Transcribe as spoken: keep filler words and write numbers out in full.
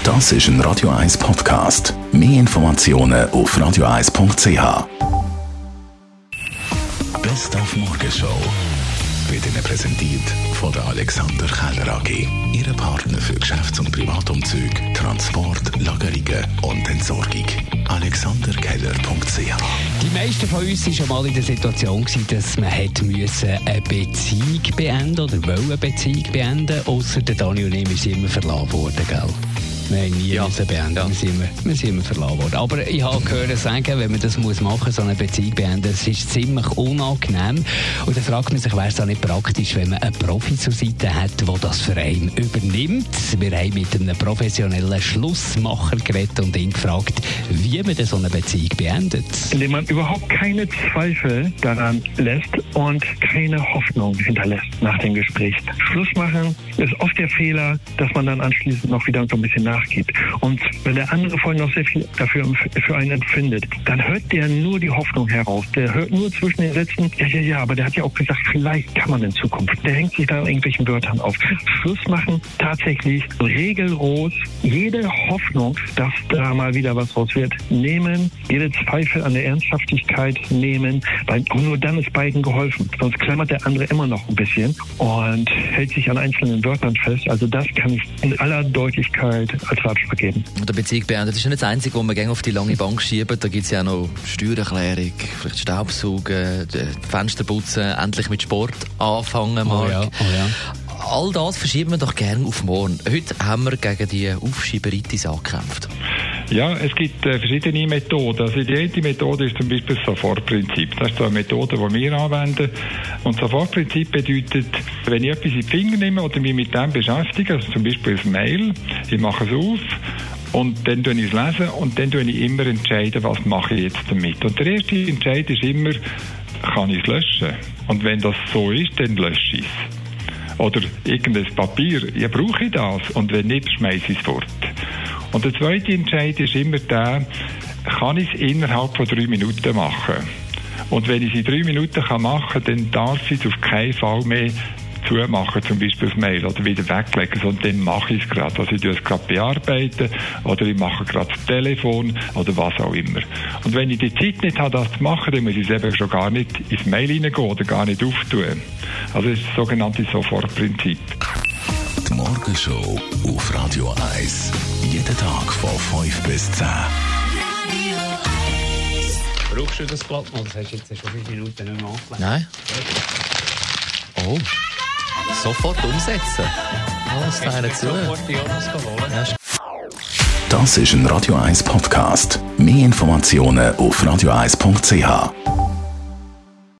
Das ist ein Radio eins Podcast. Mehr Informationen auf radio eins punkt c h. Best auf Morgenshow wird Ihnen präsentiert von der Alexander Keller A G. Ihre Partner für Geschäfts- und Privatumzüge, Transport, Lagerungen und Entsorgung. alexander keller punkt c h. Die meisten von uns waren schon mal in der Situation, dass man hat müssen eine Beziehung beenden oder wollen eine Beziehung beenden. Ausser der Dani und ich, wir sind immer verlassen worden, gell? Wir haben nie ja. müssen beenden, ja. wir, sind immer, wir sind immer verlassen worden. Aber ich habe gehört sagen, wenn man das muss machen, so eine Beziehung beenden, es ist ziemlich unangenehm. Und dann fragt man sich, wäre es auch nicht praktisch, wenn man einen Profi zur Seite hat, der das für einen übernimmt. Wir haben mit einem professionellen Schlussmacher geredet und ihn gefragt, wie man so eine Beziehung beendet. Indem man überhaupt keine Zweifel daran lässt und keine Hoffnung hinterlässt nach dem Gespräch. Schluss machen ist oft der Fehler, dass man dann anschließend noch wieder so ein bisschen nachgibt. Und wenn der andere vorhin noch sehr viel dafür für einen empfindet, dann hört der nur die Hoffnung heraus. Der hört nur zwischen den Sätzen, ja, ja, ja, aber der hat ja auch gesagt, vielleicht kann man in Zukunft. Der hängt sich da an irgendwelchen Wörtern auf. Schluss machen, tatsächlich regelros, jede Hoffnung, dass da mal wieder was raus wird, nehmen, jede Zweifel an der Ernsthaftigkeit nehmen, weil nur dann ist beiden geholfen. Sonst klammert der andere immer noch ein bisschen und hält sich an einzelnen Wörtern fest. Also das kann ich in aller Deutlichkeit als Ratschlag geben. Und der Beziehung beendet ist ja nicht das Einzige, wo man gerne auf die lange Bank schiebt. Da gibt es ja auch noch Steuererklärung, vielleicht Staubsaugen, Fenster putzen, endlich mit Sport anfangen, Marc. Oh ja, oh ja. All das verschieben wir doch gerne auf morgen. Heute haben wir gegen die Aufschieberitis angekämpft. Ja, es gibt äh, verschiedene Methoden. Also die eine Methode ist zum Beispiel das Sofortprinzip. Das ist so eine Methode, die wir anwenden. Und das Sofortprinzip bedeutet, wenn ich etwas in die Finger nehme oder mich mit dem beschäftige, also zum Beispiel ein Mail, ich mache es auf und dann lese ich es lesen und dann entscheide ich immer, entscheiden, was mache ich jetzt damit. Und der erste Entscheid ist immer, kann ich es löschen? Und wenn das so ist, dann lösche ich es. Oder irgendein Papier, ja, brauche ich das? Und wenn nicht, schmeiße ich es fort. Und der zweite Entscheid ist immer der, kann ich es innerhalb von drei Minuten machen? Und wenn ich es in drei Minuten kann machen kann, dann darf ich es auf keinen Fall mehr zumachen, zum Beispiel das Mail, oder wieder weglegen, sondern dann mache ich es gerade. Also ich tue es gerade bearbeiten, oder ich mache gerade das Telefon, oder was auch immer. Und wenn ich die Zeit nicht habe, das zu machen, dann muss ich es eben schon gar nicht ins Mail hineingehen oder gar nicht auftun. Also das ist das sogenannte Sofortprinzip. Die Morgenshow auf Radio eins. Jeden Tag von fünf bis zehn. Brauchst du das Blatt noch? Das hast du jetzt schon fünf Minuten nicht mehr angelegt. Nein. Oh. Sofort umsetzen. Alles teilen zu. Das ist ein Radio eins Podcast. Mehr Informationen auf radio eins punkt c h.